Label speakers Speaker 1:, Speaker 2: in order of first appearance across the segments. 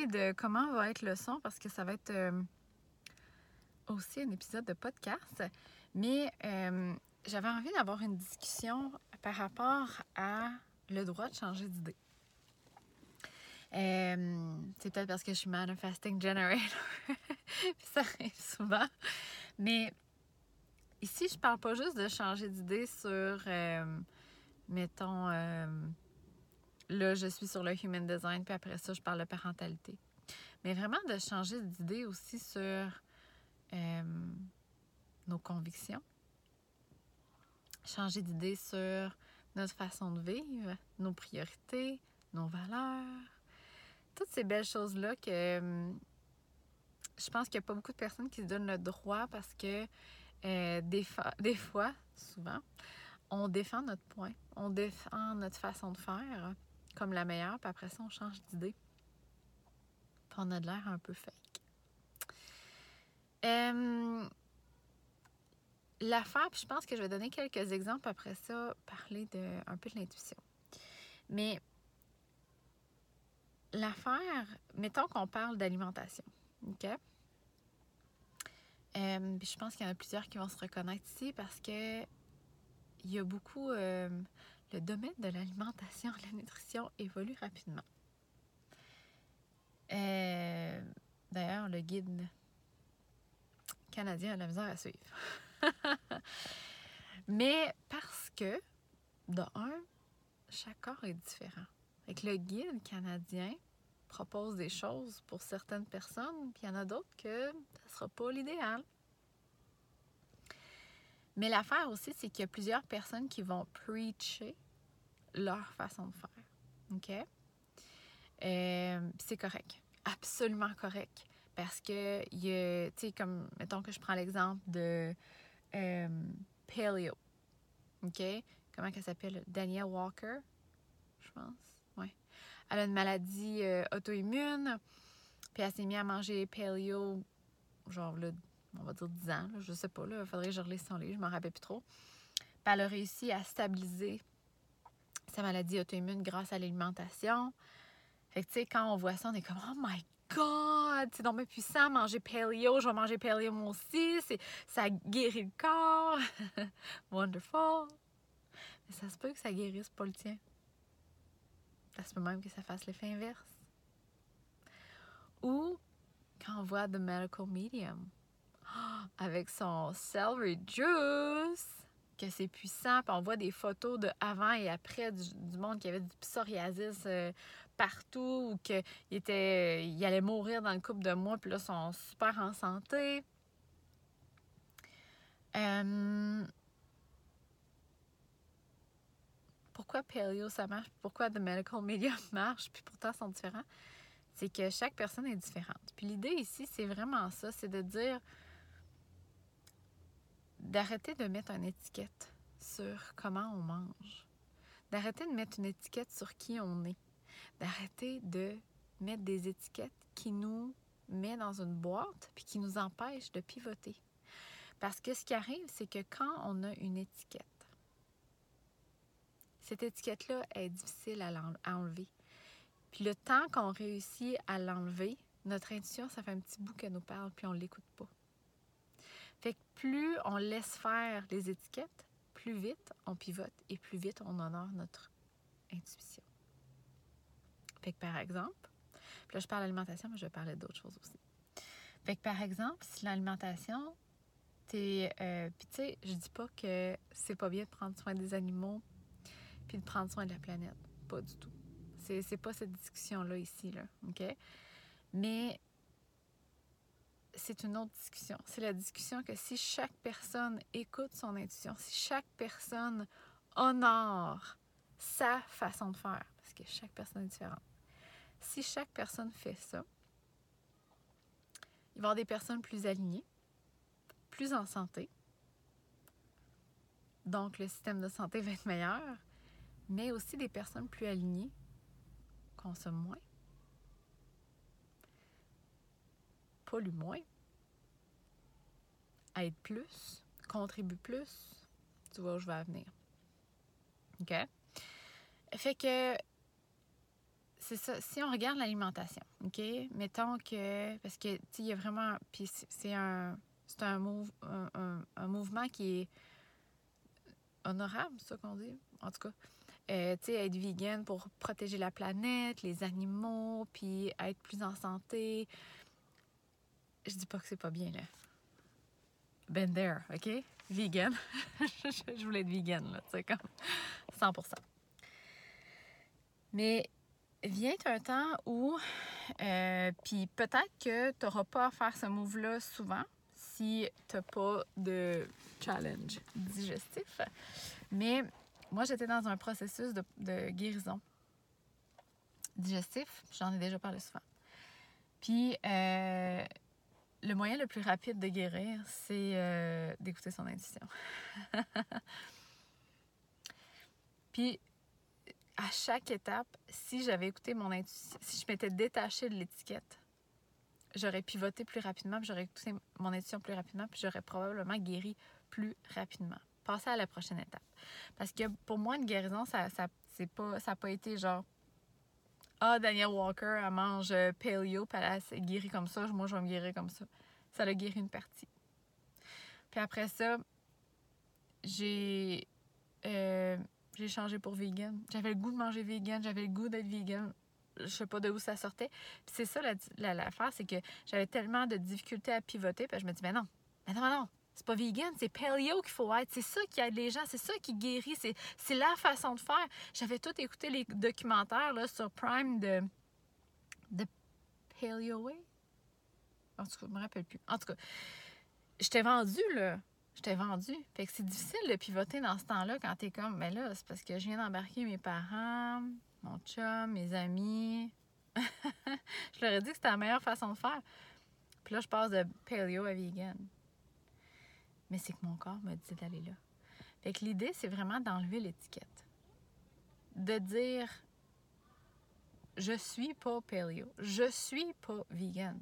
Speaker 1: parler de comment va être le son parce que ça va être aussi un épisode de podcast. Mais j'avais envie d'avoir une discussion par rapport à le droit de changer d'idée. C'est peut-être parce que je suis manifesting generator. Puis ça arrive souvent. Mais ici, je parle pas juste de changer d'idée sur, mettons, là, je suis sur le human design, puis après ça, je parle de parentalité. Mais vraiment de changer d'idée aussi sur nos convictions, changer d'idée sur notre façon de vivre, nos priorités, nos valeurs, toutes ces belles choses-là que je pense qu'il n'y a pas beaucoup de personnes qui se donnent le droit parce que des fois, souvent, on défend notre point, on défend notre façon de faire comme la meilleure, puis après ça, on change d'idée. Puis on a de l'air un peu fake. L'affaire, puis je pense que je vais donner quelques exemples après ça, parler un peu de l'intuition. Mais l'affaire, mettons qu'on parle d'alimentation, OK? Puis je pense qu'il y en a plusieurs qui vont se reconnaître ici parce que il y a beaucoup... le domaine de l'alimentation, de la nutrition évolue rapidement. D'ailleurs, le guide canadien a de la misère à suivre. Mais parce que, de un, chaque corps est différent. Fait que le guide canadien propose des choses pour certaines personnes, puis il y en a d'autres que ça ne sera pas l'idéal. Mais l'affaire aussi, c'est qu'il y a plusieurs personnes qui vont preacher leur façon de faire. OK? C'est correct. Absolument correct. Parce que, tu sais, comme, mettons que je prends l'exemple de Paleo. OK? Comment elle s'appelle? Danielle Walker, je pense. Ouais. Elle a une maladie auto-immune. Puis elle s'est mise à manger Paleo, genre, là, on va dire 10 ans. Là, je sais pas, là. Il faudrait que je relise son livre. Je m'en rappelle plus trop. Puis elle a réussi à stabiliser sa maladie auto-immune grâce à l'alimentation. Fait que, tu sais, quand on voit ça, on est comme « Oh my God! C'est donc bien puissant, manger paleo. Je vais manger paleo moi aussi. Ça guérit le corps. Wonderful! » Mais ça se peut que ça guérisse pas le tien. Ça se peut même que ça fasse l'effet inverse. Ou quand on voit The Medical Medium avec son celery juice, que c'est puissant, puis on voit des photos de avant et après du monde qui avait du psoriasis partout, ou qu'il allait mourir dans une couple de mois, puis là, ils sont super en santé. Pourquoi Paleo ça marche, pourquoi The Medical Medium marche, puis pourtant ils sont différents, c'est que chaque personne est différente. Puis l'idée ici, c'est vraiment ça, c'est de dire d'arrêter de mettre une étiquette sur comment on mange, d'arrêter de mettre une étiquette sur qui on est, d'arrêter de mettre des étiquettes qui nous met dans une boîte puis qui nous empêchent de pivoter. Parce que ce qui arrive, c'est que quand on a une étiquette, cette étiquette-là est difficile à enlever. Puis le temps qu'on réussit à l'enlever, notre intuition, ça fait un petit bout qu'elle nous parle puis on ne l'écoute pas. Fait que plus on laisse faire les étiquettes, plus vite on pivote et plus vite on honore notre intuition. Fait que par exemple, puis là je parle d'alimentation, mais je vais parler d'autres choses aussi. Fait que par exemple, si l'alimentation, puis tu sais, je dis pas que c'est pas bien de prendre soin des animaux puis de prendre soin de la planète. Pas du tout. C'est pas cette discussion-là ici, là, OK? Mais c'est une autre discussion. C'est la discussion que si chaque personne écoute son intuition, si chaque personne honore sa façon de faire, parce que chaque personne est différente, si chaque personne fait ça, il va y avoir des personnes plus alignées, plus en santé. Donc, le système de santé va être meilleur, mais aussi des personnes plus alignées consomment moins, polluent moins, aident plus, contribuent plus. Tu vois où je vais en venir. OK? Fait que c'est ça. Si on regarde l'alimentation, OK? Mettons que... Parce que, tu sais, il y a vraiment... Puis c'est un mouvement qui est honorable, c'est ça qu'on dit? En tout cas, tu sais, être vegan pour protéger la planète, les animaux, puis être plus en santé. Je dis pas que c'est pas bien, là. Been there, OK? Vegan. Je voulais être vegan, là, tu sais, comme 100%. Mais vient un temps où, puis peut-être que tu n'auras pas à faire ce move-là souvent si tu n'as pas de challenge digestif. Mais moi, j'étais dans un processus de guérison digestif. J'en ai déjà parlé souvent. Puis, le moyen le plus rapide de guérir, c'est d'écouter son intuition. Puis, à chaque étape, si j'avais écouté mon intuition, si je m'étais détachée de l'étiquette, j'aurais pivoté plus rapidement, puis j'aurais écouté mon intuition plus rapidement, puis j'aurais probablement guéri plus rapidement. Passer à la prochaine étape. Parce que pour moi, une guérison, ça n'a pas été genre Danielle Walker, elle mange paleo, puis elle s'est guérie comme ça, moi je vais me guérir comme ça. Ça a guéri une partie. Puis après ça, j'ai changé pour vegan. J'avais le goût de manger vegan, j'avais le goût d'être vegan. Je sais pas de où ça sortait. Puis c'est ça l'affaire, c'est que j'avais tellement de difficultés à pivoter, puis je me dis, mais non, c'est pas vegan, c'est paleo qu'il faut être. C'est ça qui aide les gens, c'est ça qui guérit, c'est la façon de faire. J'avais tout écouté les documentaires là, sur Prime de Paleo Way. En tout cas, je me rappelle plus. En tout cas, j'étais vendue, là. Fait que c'est difficile de pivoter dans ce temps-là quand t'es comme, mais là, c'est parce que je viens d'embarquer mes parents, mon chum, mes amis. Je leur ai dit que c'était la meilleure façon de faire. Puis là, je passe de paleo à vegan. Mais c'est que mon corps m'a dit d'aller là. Fait que l'idée, c'est vraiment d'enlever l'étiquette. De dire, je suis pas paleo, je suis pas vegan.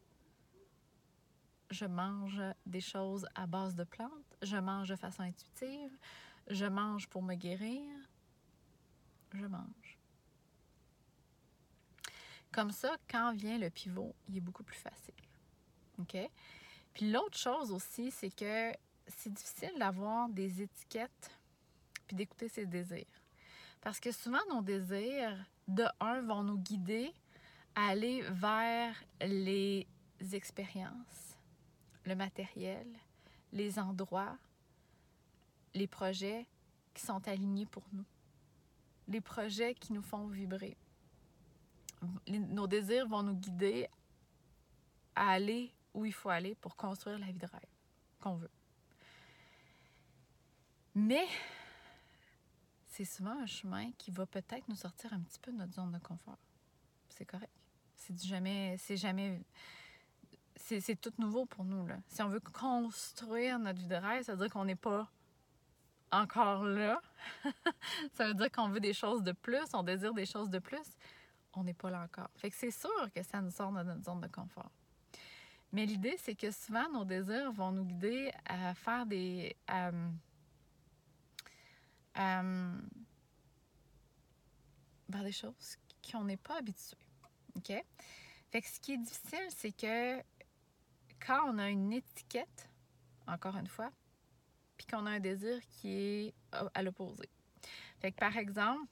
Speaker 1: Je mange des choses à base de plantes, je mange de façon intuitive, je mange pour me guérir, je mange. Comme ça, quand vient le pivot, il est beaucoup plus facile. OK? Puis l'autre chose aussi, c'est que c'est difficile d'avoir des étiquettes puis d'écouter ses désirs. Parce que souvent, nos désirs, de un, vont nous guider à aller vers les expériences, le matériel, les endroits, les projets qui sont alignés pour nous, les projets qui nous font vibrer. Nos désirs vont nous guider à aller où il faut aller pour construire la vie de rêve qu'on veut. Mais c'est souvent un chemin qui va peut-être nous sortir un petit peu de notre zone de confort. C'est correct. C'est tout nouveau pour nous, là. Si on veut construire notre vie de rêve, ça veut dire qu'on n'est pas encore là. Ça veut dire qu'on veut des choses de plus, on désire des choses de plus. On n'est pas là encore. Fait que c'est sûr que ça nous sort de notre zone de confort. Mais l'idée, c'est que souvent, nos désirs vont nous guider à faire vers des choses qu'on n'est pas habitué. OK? Fait que ce qui est difficile, c'est que quand on a une étiquette, encore une fois, puis qu'on a un désir qui est à l'opposé. Fait que par exemple,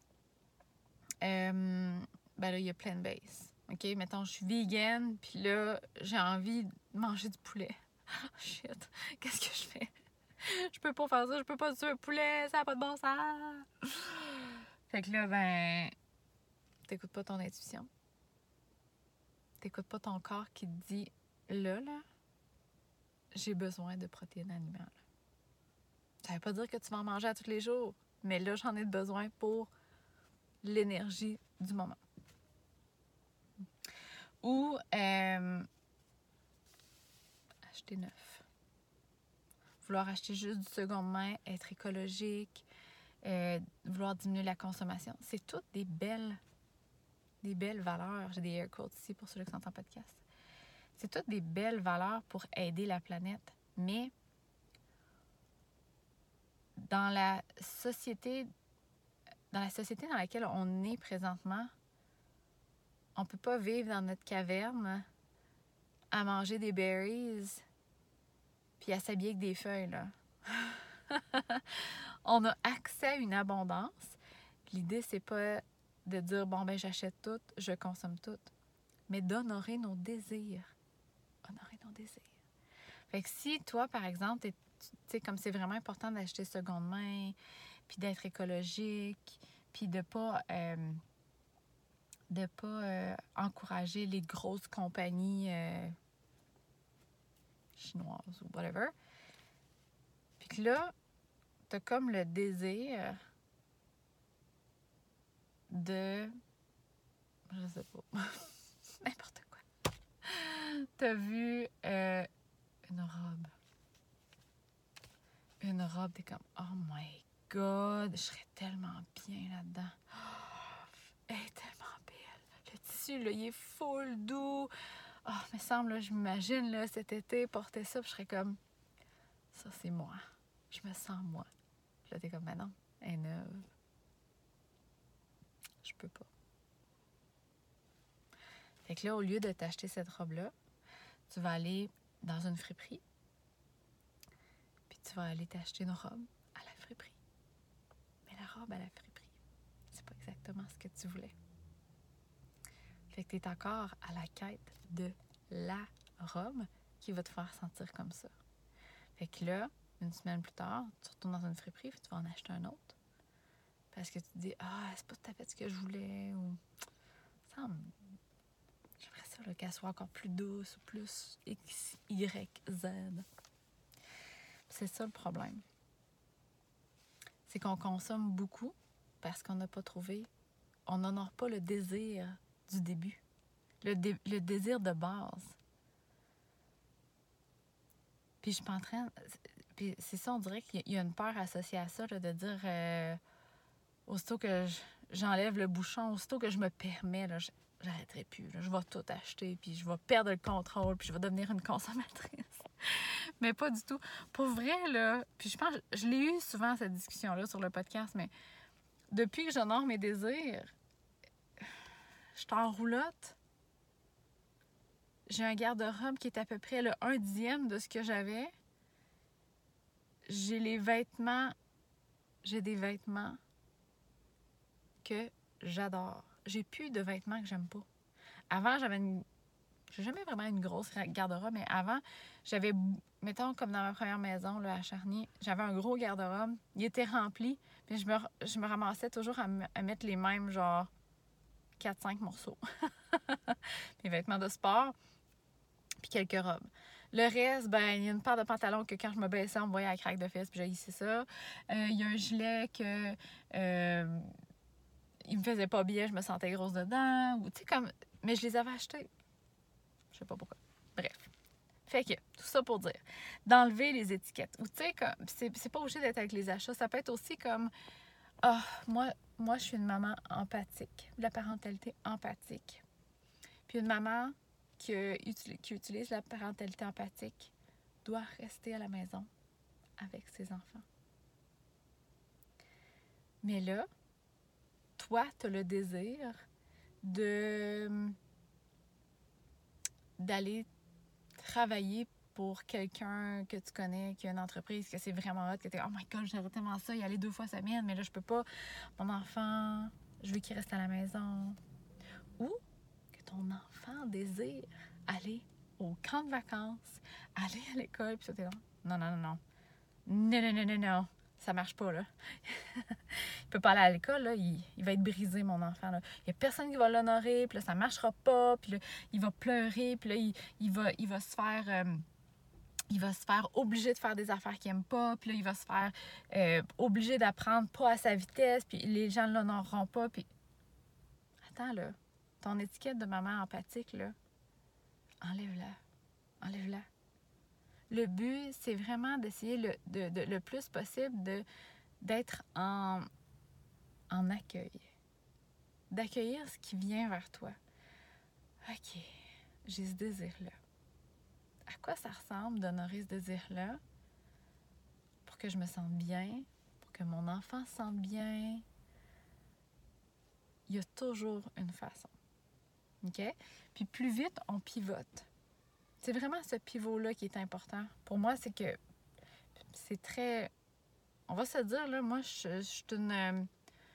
Speaker 1: là, il y a plant-based. OK? Mettons, je suis vegan, puis là, j'ai envie de manger du poulet. Oh, shit! Qu'est-ce que je fais? Je peux pas faire ça, je peux pas tuer un poulet, ça n'a pas de bon sens! Fait que là, t'écoutes pas ton intuition. T'écoutes pas ton corps qui te dit, là, j'ai besoin de protéines animales. Ça veut pas dire que tu vas en manger à tous les jours, mais là, j'en ai besoin pour l'énergie du moment. Ou acheter neuf. Vouloir acheter juste du seconde main, être écologique, vouloir diminuer la consommation. C'est toutes des belles valeurs. J'ai des air quotes ici pour ceux qui sont en podcast. C'est toutes des belles valeurs pour aider la planète. Mais dans la société dans laquelle on est présentement, on peut pas vivre dans notre caverne à manger des berries puis à s'habiller avec des feuilles, là. On a accès à une abondance. L'idée, c'est pas de dire, bon, ben j'achète tout, je consomme tout, mais d'honorer nos désirs. Honorer nos désirs. Fait que si toi, par exemple, tu sais, comme c'est vraiment important d'acheter seconde main, puis d'être écologique, puis de pas encourager les grosses compagnies chinoises ou whatever. Puis que là, t'as comme le désir de... Je sais pas. N'importe quoi. T'as vu une robe. Une robe, t'es comme, oh my God, je serais tellement bien là-dedans. Oh, elle est tellement belle. Le tissu, là, il est full doux. Oh, il me semble, là, je m'imagine, là, cet été, porter ça, puis je serais comme, ça, c'est moi. Je me sens moi. Puis là, t'es comme, ben non, elle est neuve. Je peux pas. Fait que là, au lieu de t'acheter cette robe-là, tu vas aller dans une friperie, puis tu vas aller t'acheter une robe à la friperie. Mais la robe à la friperie, c'est pas exactement ce que tu voulais. Fait que t'es encore à la quête de la robe qui va te faire sentir comme ça. Fait que là, une semaine plus tard, tu retournes dans une friperie, puis tu vas en acheter un autre. Parce que tu te dis, ah, c'est pas tout à fait ce que je voulais, ou j'aimerais ça, là, qu'elle soit encore plus douce, ou plus X, Y, Z. C'est ça le problème. C'est qu'on consomme beaucoup parce qu'on n'a pas trouvé, on n'honore pas le désir du début, le désir de base. Puis je suis pas en train... Puis c'est ça, on dirait qu'il y a une peur associée à ça, là, de dire, aussitôt que j'enlève le bouchon, aussitôt que je me permets, là, j'arrêterai plus. Là, je vais tout acheter, puis je vais perdre le contrôle, puis je vais devenir une consommatrice. Mais pas du tout. Pour vrai, là, puis je pense, je l'ai eu souvent, cette discussion-là, sur le podcast, mais depuis que j'honore mes désirs, je suis en roulotte. J'ai un garde-robe qui est à peu près le 1/10 de ce que j'avais. J'ai des vêtements que j'adore. J'ai plus de vêtements que j'aime pas. Avant, j'ai jamais vraiment une grosse garde-robe, mais avant, j'avais, mettons, comme dans ma première maison, là, à Charny, j'avais un gros garde-robe. Il était rempli, puis je me ramassais toujours à mettre les mêmes, genre, 4-5 morceaux. Mes vêtements de sport, puis quelques robes. Le reste, ben, il y a une paire de pantalons que quand je me baissais, on me voyait à la craque de fesses, puis j'haïssais ça. Il y a un gilet que il me faisait pas bien, je me sentais grosse dedans, ou tu sais, comme... Mais je les avais achetés. Je sais pas pourquoi. Bref. Fait que, tout ça pour dire, d'enlever les étiquettes. Ou tu sais, comme, c'est pas obligé d'être avec les achats, ça peut être aussi comme, ah, moi, je suis une maman empathique, de la parentalité empathique. Puis une maman qui utilise la parentalité empathique doit rester à la maison avec ses enfants. Mais là, toi, tu as le désir d'aller travailler pour quelqu'un que tu connais, qui a une entreprise, que c'est vraiment hot, que tu es « Oh my God, j'aimerais tellement ça, y aller 2 fois semaine, mais là, je peux pas. Mon enfant, je veux qu'il reste à la maison. » Ou que ton enfant désire aller au camp de vacances, aller à l'école, puis ça, t'es là « Non, non, non, non. Non, non, non, non, non. Ça marche pas, là. » Il peut pas aller à l'école, là. Il va être brisé, mon enfant, là. Il y a personne qui va l'honorer, puis là, ça marchera pas, puis là, il va pleurer, puis là, il va se faire... il va se faire obligé de faire des affaires qu'il n'aime pas, puis là, il va se faire obligé d'apprendre pas à sa vitesse, puis les gens ne l'honoreront pas, puis... Attends, là. Ton étiquette de maman empathique, là, enlève-la. Enlève-la. Le but, c'est vraiment d'essayer le plus possible d'être en accueil. D'accueillir ce qui vient vers toi. OK, j'ai ce désir-là. À quoi ça ressemble d'honorer ce désir-là pour que je me sente bien, pour que mon enfant se sente bien? Il y a toujours une façon. OK? Puis plus vite, on pivote. C'est vraiment ce pivot-là qui est important. Pour moi, c'est que c'est très... On va se dire, là, moi, je suis une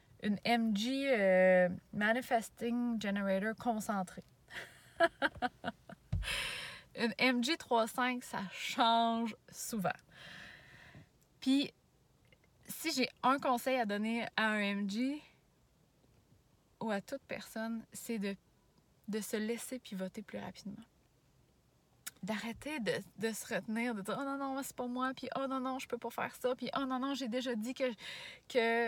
Speaker 1: MG Manifesting Generator concentrée. Une MG 3.5, ça change souvent. Puis, si j'ai un conseil à donner à un MG ou à toute personne, c'est de se laisser pivoter plus rapidement. D'arrêter de se retenir, de dire « Oh non, non, c'est pas moi », puis « Oh non, non, je peux pas faire ça », puis « Oh non, non, j'ai déjà dit que... »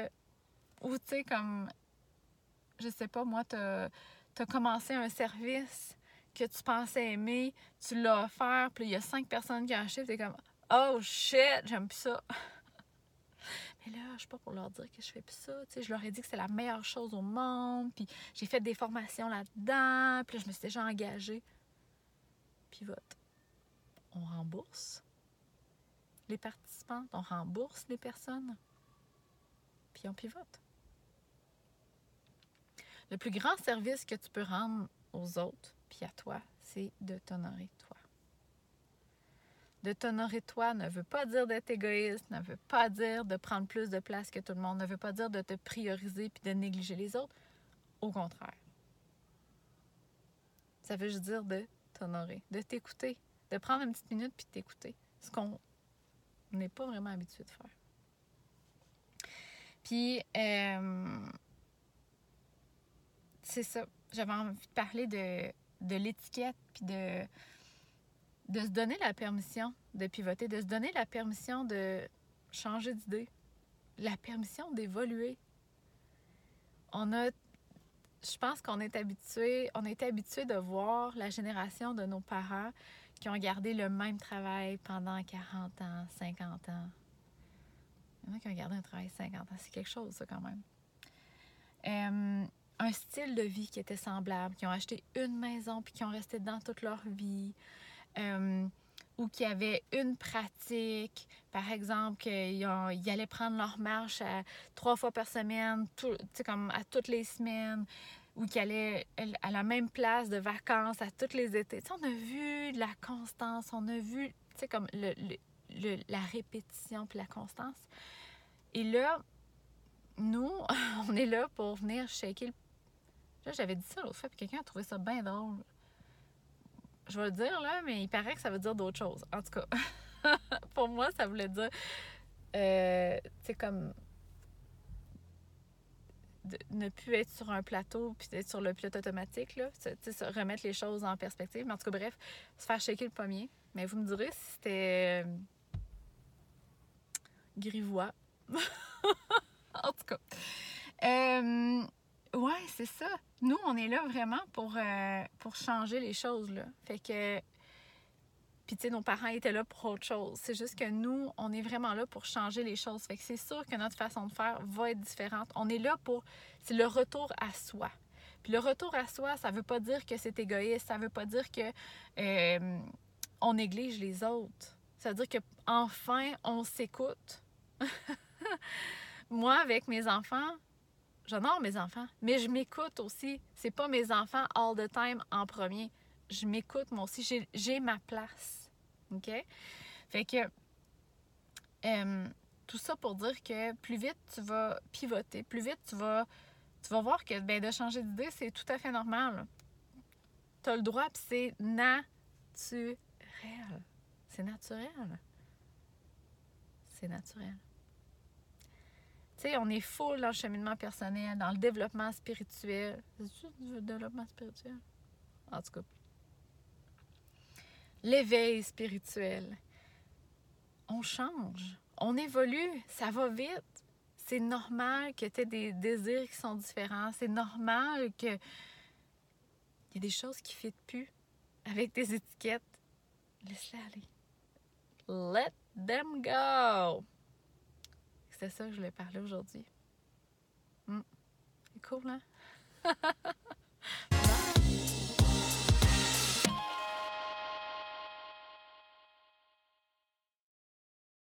Speaker 1: Ou tu sais, comme, je sais pas, moi, t'as commencé un service que tu pensais aimer, tu l'as offert, puis il y a 5 personnes qui ont acheté, t'es comme « Oh shit, j'aime plus ça ». Mais là, je suis pas pour leur dire que je fais plus ça, tu sais, je leur ai dit que c'est la meilleure chose au monde, puis j'ai fait des formations là-dedans, puis là, je me suis déjà engagée. Pivote. On rembourse les participantes, on rembourse les personnes, puis on pivote. Le plus grand service que tu peux rendre aux autres, puis à toi, c'est de t'honorer toi. De t'honorer toi ne veut pas dire d'être égoïste, ne veut pas dire de prendre plus de place que tout le monde, ne veut pas dire de te prioriser puis de négliger les autres. Au contraire. Ça veut juste dire de t'honorer, de t'écouter, de prendre une petite minute puis de t'écouter. Ce qu'on n'est pas vraiment habitué de faire. Puis, c'est ça. J'avais envie de parler de l'étiquette puis de se donner la permission de pivoter, de se donner la permission de changer d'idée, la permission d'évoluer. Je pense qu'on est habitué de voir la génération de nos parents qui ont gardé le même travail pendant 40 ans, 50 ans. Il y en a qui ont gardé un travail 50 ans. C'est quelque chose, ça, quand même. Un style de vie qui était semblable, qui ont acheté une maison puis qui ont resté dedans toute leur vie. Ou qui avaient une pratique, par exemple, qu'ils allaient prendre leur marche 3 fois par semaine, comme à toutes les semaines, ou qu'ils allaient à la même place de vacances à tous les étés. T'sais, on a vu de la constance, on a vu comme la répétition puis la constance. Et là, nous, on est là pour venir shaker le... Là, j'avais dit ça l'autre fois, puis quelqu'un a trouvé ça bien drôle. Je vais le dire, là, mais il paraît que ça veut dire d'autres choses. En tout cas, pour moi, ça voulait dire, tu sais, comme ne plus être sur un plateau puis d'être sur le pilote automatique, là. Tu sais, remettre les choses en perspective. Mais en tout cas, bref, se faire shaker le pommier. Mais vous me direz si c'était grivois. En tout cas. Ouais, c'est ça. Nous, on est là vraiment pour changer les choses, là. Fait que... Puis, tu sais, nos parents étaient là pour autre chose. C'est juste que nous, on est vraiment là pour changer les choses. Fait que c'est sûr que notre façon de faire va être différente. On est là pour... C'est le retour à soi. Puis le retour à soi, ça veut pas dire que c'est égoïste. Ça veut pas dire que on néglige les autres. Ça veut dire qu'enfin, on s'écoute. Moi, avec mes enfants... J'honore mes enfants, mais je m'écoute aussi. C'est pas mes enfants all the time en premier. Je m'écoute, moi aussi. J'ai ma place. OK? Fait que tout ça pour dire que plus vite tu vas pivoter, plus vite tu vas voir que de changer d'idée, c'est tout à fait normal. Tu as le droit, puis c'est naturel. C'est naturel. C'est naturel. Tu sais, on est full dans le cheminement personnel, dans le développement spirituel. C'est-tu du développement spirituel? En tout cas. L'éveil spirituel. On change. On évolue. Ça va vite. C'est normal que tu aies des désirs qui sont différents. C'est normal que il y a des choses qui ne fitent plus avec tes étiquettes. Laisse-les aller. Let them go. C'est ça que je voulais parler aujourd'hui. C'est cool, hein?